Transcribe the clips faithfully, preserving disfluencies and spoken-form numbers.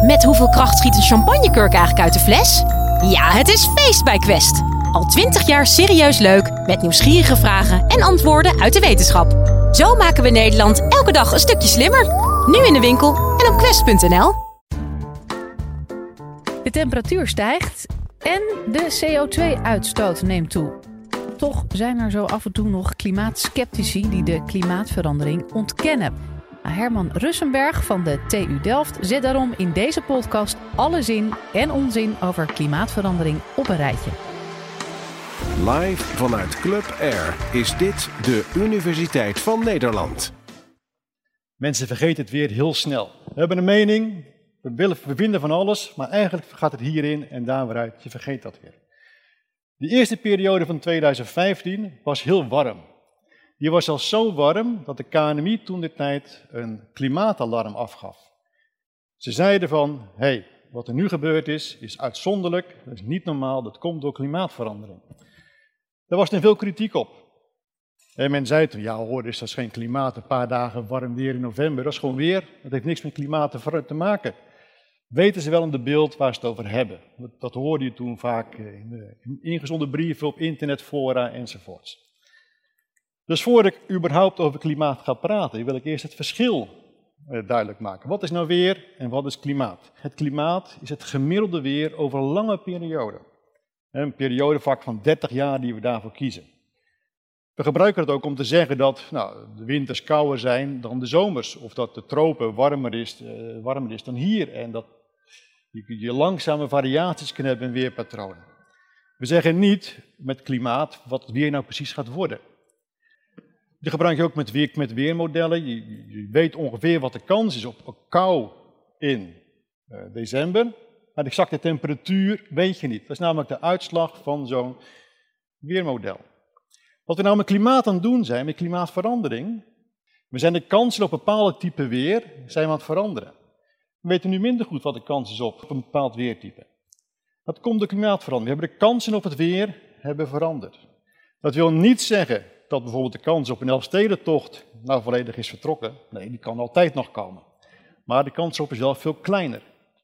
Met hoeveel kracht schiet een champagnekurk eigenlijk uit de fles? Ja, het is feest bij Quest. Al twintig jaar serieus leuk, met nieuwsgierige vragen en antwoorden uit de wetenschap. Zo maken we Nederland elke dag een stukje slimmer. Nu in de winkel en op quest punt n l. De temperatuur stijgt en de C O twee uitstoot neemt toe. Toch zijn er zo af en toe nog klimaatskeptici die de klimaatverandering ontkennen. Herman Russenberg van de T U Delft zet daarom in deze podcast alle zin en onzin over klimaatverandering op een rijtje. Live vanuit Club Air is dit de Universiteit van Nederland. Mensen vergeten het weer heel snel. We hebben een mening, we, willen, we vinden van alles, maar eigenlijk gaat het hierin en daar weer uit. Je vergeet dat weer. De eerste periode van tweeduizend vijftien was heel warm. Die was al zo warm dat de K N M I toen de tijd een klimaatalarm afgaf. Ze zeiden van, hé, hey, wat er nu gebeurd is, is uitzonderlijk, dat is niet normaal, dat komt door klimaatverandering. Daar was er veel kritiek op. En men zei toen, ja hoor, is dat geen klimaat, een paar dagen warm weer in november, dat is gewoon weer, dat heeft niks met klimaat te maken. Weten ze wel in de beeld waar ze het over hebben. Dat hoorde je toen vaak in de ingezonden brieven op internetfora enzovoorts. Dus voordat ik überhaupt over klimaat ga praten, wil ik eerst het verschil duidelijk maken. Wat is nou weer en wat is klimaat? Het klimaat is het gemiddelde weer over een lange periode. Een periodevak van dertig jaar die we daarvoor kiezen. We gebruiken het ook om te zeggen dat nou, de winters kouder zijn dan de zomers. Of dat de tropen warmer is, uh, warmer is dan hier. En dat je, je langzame variaties kunt hebben in weerpatronen. We zeggen niet met klimaat wat het weer nou precies gaat worden. Die gebruik je ook met, weer, met weermodellen. Je, je weet ongeveer wat de kans is op kou in uh, december. Maar de exacte temperatuur weet je niet. Dat is namelijk de uitslag van zo'n weermodel. Wat we nou met klimaat aan het doen zijn, met klimaatverandering, we zijn de kansen op bepaalde type weer zijn we aan het veranderen. We weten nu minder goed wat de kans is op een bepaald weertype. Dat komt door klimaatverandering. We hebben de kansen op het weer hebben veranderd. Dat wil niet zeggen dat bijvoorbeeld de kans op een Elfstedentocht nou volledig is vertrokken. Nee, die kan altijd nog komen. Maar de kans op is wel veel kleiner.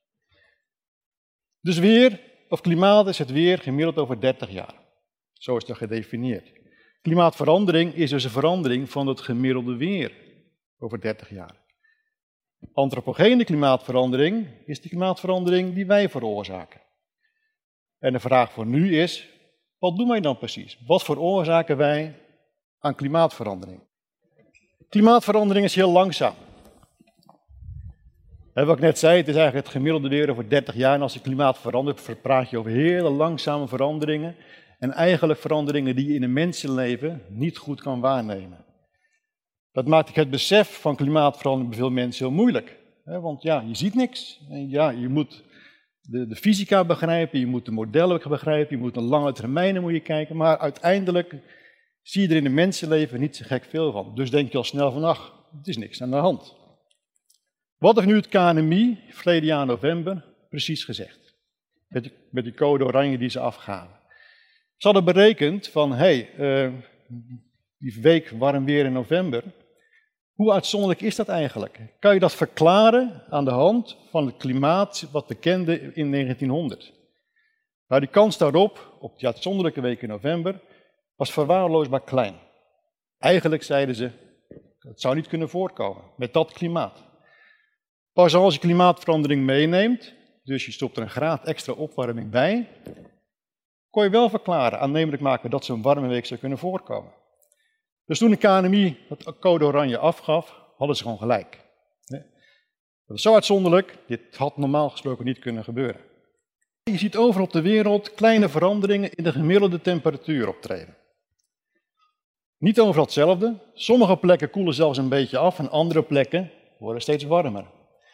Dus weer, of klimaat is het weer gemiddeld over dertig jaar. Zo is dat gedefinieerd. Klimaatverandering is dus een verandering van het gemiddelde weer over dertig jaar. Antropogene klimaatverandering is de klimaatverandering die wij veroorzaken. En de vraag voor nu is, wat doen wij dan precies? Wat veroorzaken wij aan klimaatverandering? Klimaatverandering is heel langzaam. En wat ik net zei, het is eigenlijk het gemiddelde weer over dertig jaar. En als het klimaat verandert, praat je over hele langzame veranderingen. En eigenlijk veranderingen die je in een mensenleven niet goed kan waarnemen. Dat maakt het besef van klimaatverandering bij veel mensen heel moeilijk. Want ja, je ziet niks. En ja, je moet de, de fysica begrijpen, je moet de modellen begrijpen, je moet een lange termijnen moet je kijken. Maar uiteindelijk zie je er in een mensenleven niet zo gek veel van. Dus denk je al snel van, ach, het is niks aan de hand. Wat heeft nu het K N M I verleden jaar november precies gezegd? Met die, met die code oranje die ze afgaven. Ze hadden berekend van, hé, hey, uh, die week warm weer in november, hoe uitzonderlijk is dat eigenlijk? Kan je dat verklaren aan de hand van het klimaat wat we kenden in negentienhonderd? Nou, die kans daarop, op die uitzonderlijke week in november, was verwaarloosbaar klein. Eigenlijk zeiden ze, het zou niet kunnen voorkomen met dat klimaat. Pas als je klimaatverandering meeneemt, dus je stopt er een graad extra opwarming bij, kon je wel verklaren, aannemelijk maken dat zo'n warme week zou kunnen voorkomen. Dus toen de K N M I dat code oranje afgaf, hadden ze gewoon gelijk. Dat is zo uitzonderlijk, dit had normaal gesproken niet kunnen gebeuren. Je ziet overal op de wereld kleine veranderingen in de gemiddelde temperatuur optreden. Niet overal hetzelfde. Sommige plekken koelen zelfs een beetje af en andere plekken worden steeds warmer.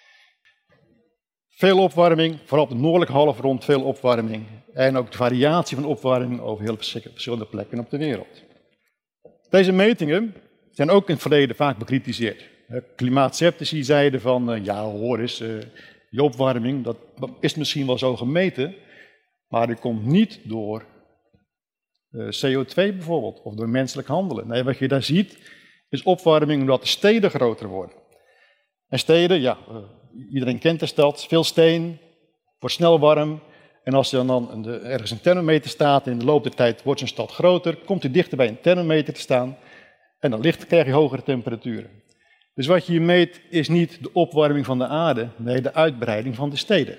Veel opwarming, vooral op de noordelijke halfrond veel opwarming. En ook de variatie van opwarming over heel verschillende plekken op de wereld. Deze metingen zijn ook in het verleden vaak bekritiseerd. Klimaatskeptici zeiden van, ja hoor eens, die opwarming, dat is misschien wel zo gemeten, maar die komt niet door C O twee bijvoorbeeld, of door menselijk handelen. Nee, wat je daar ziet, is opwarming omdat de steden groter worden. En steden, ja, uh, iedereen kent de stad, veel steen, wordt snel warm. En als er dan een, ergens een thermometer staat, in de loop der tijd wordt zo'n stad groter, komt hij dichter bij een thermometer te staan en dan licht krijg je hogere temperaturen. Dus wat je hier meet is niet de opwarming van de aarde, nee de uitbreiding van de steden.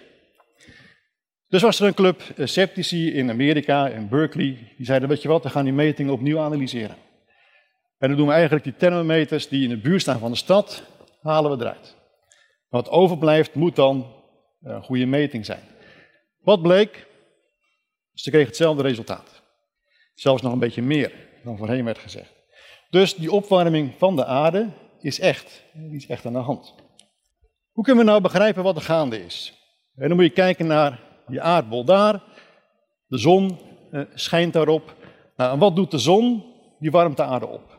Dus was er een club uh, sceptici in Amerika, in Berkeley, die zeiden, weet je wat, we gaan die metingen opnieuw analyseren. En dan doen we eigenlijk die thermometers die in de buurt staan van de stad, halen we eruit. Wat overblijft moet dan een goede meting zijn. Wat bleek? Ze kregen hetzelfde resultaat. Zelfs nog een beetje meer dan voorheen werd gezegd. Dus die opwarming van de aarde is echt. Die is echt aan de hand. Hoe kunnen we nou begrijpen wat er gaande is? En dan moet je kijken naar die aardbol daar. De zon eh, schijnt daarop. Nou, en wat doet de zon? Die warmt de aarde op.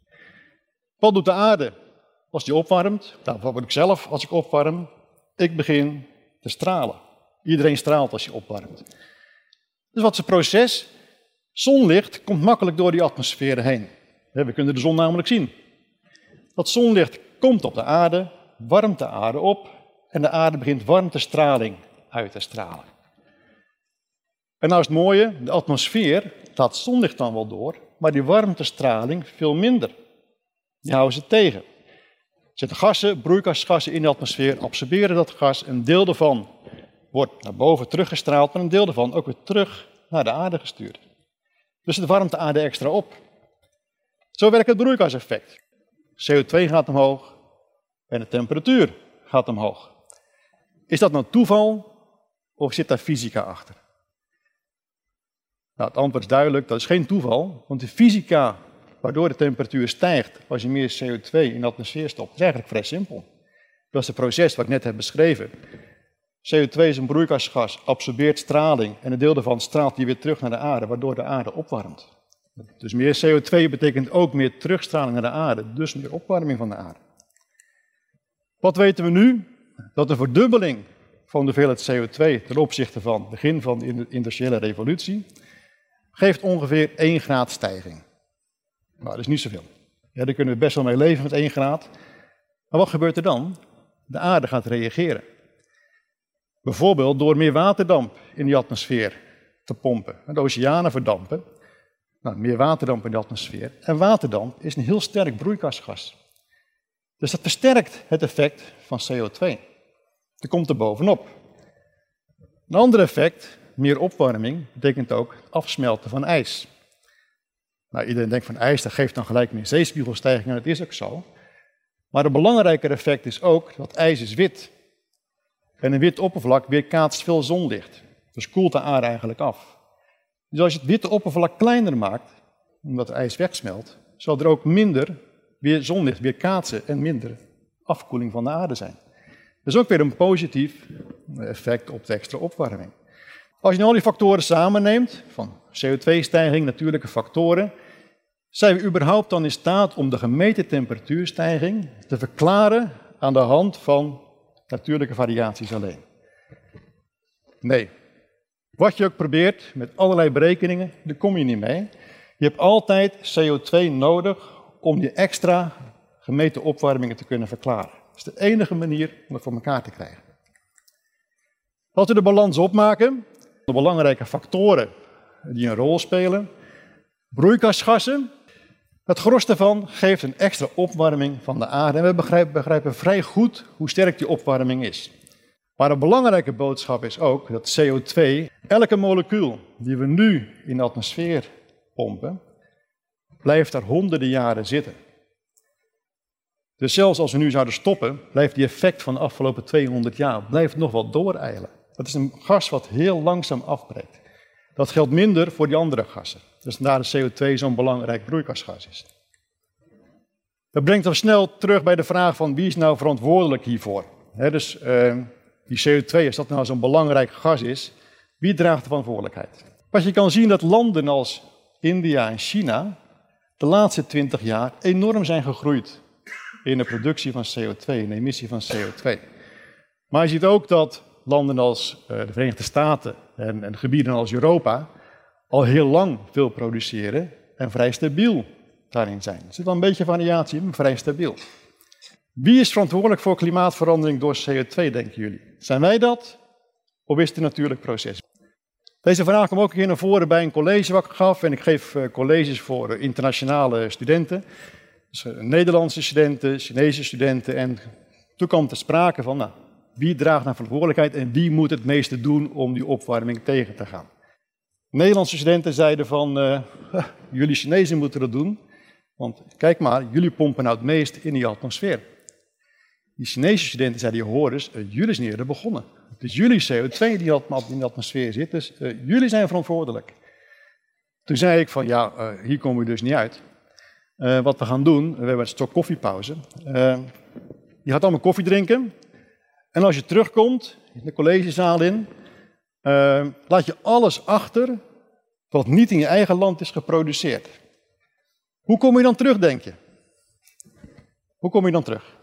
Wat doet de aarde als die opwarmt? Nou, wat doe ik zelf als ik opwarm? Ik begin te stralen. Iedereen straalt als je opwarmt. Dus wat is het proces? Zonlicht komt makkelijk door die atmosfeer heen. We kunnen de zon namelijk zien. Dat zonlicht komt op de aarde, warmt de aarde op en de aarde begint warmtestraling uit te stralen. En nou is het mooie, de atmosfeer laat zonlicht dan wel door, maar die warmtestraling veel minder. Die houden ze tegen. Er zitten gassen, broeikasgassen in de atmosfeer, absorberen dat gas. Een deel daarvan wordt naar boven teruggestraald, maar een deel daarvan ook weer terug naar de aarde gestuurd. Dus het warmt de aarde extra op. Zo werkt het broeikaseffect. C O twee gaat omhoog en de temperatuur gaat omhoog. Is dat nou toeval of zit daar fysica achter? Nou, het antwoord is duidelijk, dat is geen toeval, want de fysica waardoor de temperatuur stijgt als je meer C O twee in de atmosfeer stopt, is eigenlijk vrij simpel. Dat is het proces wat ik net heb beschreven. C O twee is een broeikasgas, absorbeert straling en een deel daarvan straalt die weer terug naar de aarde, waardoor de aarde opwarmt. Dus meer C O twee betekent ook meer terugstraling naar de aarde, dus meer opwarming van de aarde. Wat weten we nu? Dat een verdubbeling van de hoeveelheid C O twee ten opzichte van het begin van de industriële revolutie geeft ongeveer één graad stijging. Nou, dat is niet zoveel. Ja, daar kunnen we best wel mee leven met één graad. Maar wat gebeurt er dan? De aarde gaat reageren. Bijvoorbeeld door meer waterdamp in die atmosfeer te pompen. De oceanen verdampen. Nou, meer waterdamp in de atmosfeer. En waterdamp is een heel sterk broeikasgas. Dus dat versterkt het effect van C O twee. Dat komt er bovenop. Een ander effect, meer opwarming, betekent ook het afsmelten van ijs. Nou, iedereen denkt van ijs, dat geeft dan gelijk meer zeespiegelstijging en dat is ook zo. Maar een belangrijker effect is ook dat ijs is wit. En een wit oppervlak weerkaatst veel zonlicht. Dus koelt de aarde eigenlijk af. Dus als je het witte oppervlak kleiner maakt, omdat het ijs wegsmelt, zal er ook minder weer zonlicht weerkaatsen en minder afkoeling van de aarde zijn. Dat is ook weer een positief effect op de extra opwarming. Als je nou al die factoren samenneemt, van C O twee stijging, natuurlijke factoren, zijn we überhaupt dan in staat om de gemeten temperatuurstijging te verklaren aan de hand van natuurlijke variaties alleen? Nee. Wat je ook probeert, met allerlei berekeningen, daar kom je niet mee. Je hebt altijd C O twee nodig om die extra gemeten opwarmingen te kunnen verklaren. Dat is de enige manier om het voor elkaar te krijgen. Als we de balans opmaken, de belangrijke factoren die een rol spelen, broeikasgassen, het gros daarvan geeft een extra opwarming van de aarde. En we begrijpen, begrijpen vrij goed hoe sterk die opwarming is. Maar een belangrijke boodschap is ook dat C O twee, elke molecuul die we nu in de atmosfeer pompen, blijft daar honderden jaren zitten. Dus zelfs als we nu zouden stoppen, blijft die effect van de afgelopen tweehonderd jaar blijft nog wel dooreilen. Dat is een gas wat heel langzaam afbreekt. Dat geldt minder voor die andere gassen. Dus vandaar dat C O twee zo'n belangrijk broeikasgas is. Dat brengt ons snel terug bij de vraag van wie is nou verantwoordelijk hiervoor? He, dus uh, die C O twee, als dat nou zo'n belangrijk gas is, wie draagt de verantwoordelijkheid? Wat je kan zien dat landen als India en China de laatste twintig jaar enorm zijn gegroeid in de productie van C O twee, in de emissie van C O twee. Maar je ziet ook dat landen als uh, de Verenigde Staten en, en gebieden als Europa al heel lang veel produceren en vrij stabiel daarin zijn. Er zit wel een beetje variatie in, maar vrij stabiel. Wie is verantwoordelijk voor klimaatverandering door C O twee, denken jullie? Zijn wij dat? Of is het een natuurlijk proces? Deze vraag kwam ook een keer naar voren bij een college wat ik gaf. En ik geef colleges voor internationale studenten. Dus Nederlandse studenten, Chinese studenten. En toen kwam ter sprake van, nou, wie draagt naar verantwoordelijkheid en wie moet het meeste doen om die opwarming tegen te gaan? Nederlandse studenten zeiden van, uh, jullie Chinezen moeten dat doen. Want kijk maar, jullie pompen nou het meest in die atmosfeer. Die Chinese studenten zeiden, je hoort eens, uh, jullie zijn eerder begonnen. Het is jullie C O twee die in de atmosfeer zit, dus uh, jullie zijn verantwoordelijk. Toen zei ik van, ja, uh, hier komen we dus niet uit. Uh, wat we gaan doen, we hebben een stok koffiepauze. Uh, je gaat allemaal koffie drinken. En als je terugkomt, de collegezaal in, uh, laat je alles achter wat niet in je eigen land is geproduceerd. Hoe kom je dan terug, denk je? Hoe kom je dan terug?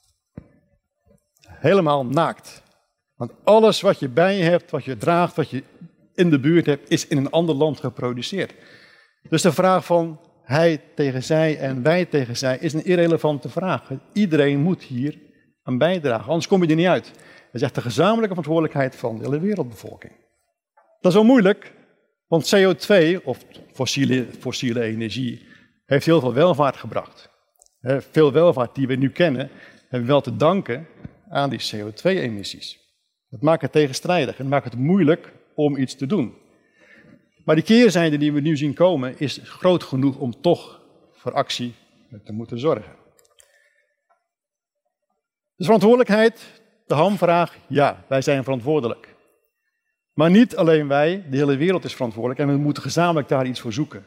Helemaal naakt. Want alles wat je bij je hebt, wat je draagt, wat je in de buurt hebt, is in een ander land geproduceerd. Dus de vraag van hij tegen zij en wij tegen zij is een irrelevante vraag. Iedereen moet hier aan bijdragen, anders kom je er niet uit. Dat is echt de gezamenlijke verantwoordelijkheid van de hele wereldbevolking. Dat is wel moeilijk, want C O twee, of fossiele, fossiele energie, heeft heel veel welvaart gebracht. Veel welvaart die we nu kennen, hebben we wel te danken aan die C O twee emissies. Dat maakt het tegenstrijdig en maakt het moeilijk om iets te doen. Maar die keerzijde die we nu zien komen is groot genoeg om toch voor actie te moeten zorgen. Dus verantwoordelijkheid, de hamvraag, ja, wij zijn verantwoordelijk. Maar niet alleen wij, de hele wereld is verantwoordelijk en we moeten gezamenlijk daar iets voor zoeken.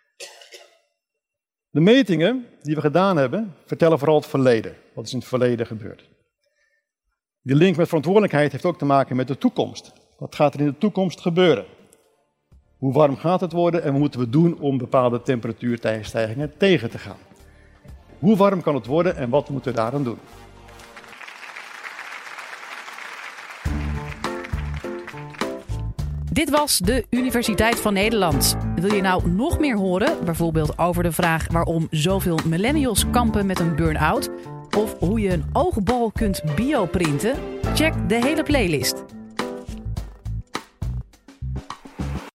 De metingen die we gedaan hebben, vertellen vooral het verleden. Wat is in het verleden gebeurd? Die link met verantwoordelijkheid heeft ook te maken met de toekomst. Wat gaat er in de toekomst gebeuren? Hoe warm gaat het worden en wat moeten we doen om bepaalde temperatuurstijgingen tegen te gaan? Hoe warm kan het worden en wat moeten we daaraan doen? Dit was de Universiteit van Nederland. Wil je nou nog meer horen? Bijvoorbeeld over de vraag waarom zoveel millennials kampen met een burn-out? Of hoe je een oogbal kunt bioprinten? Check de hele playlist.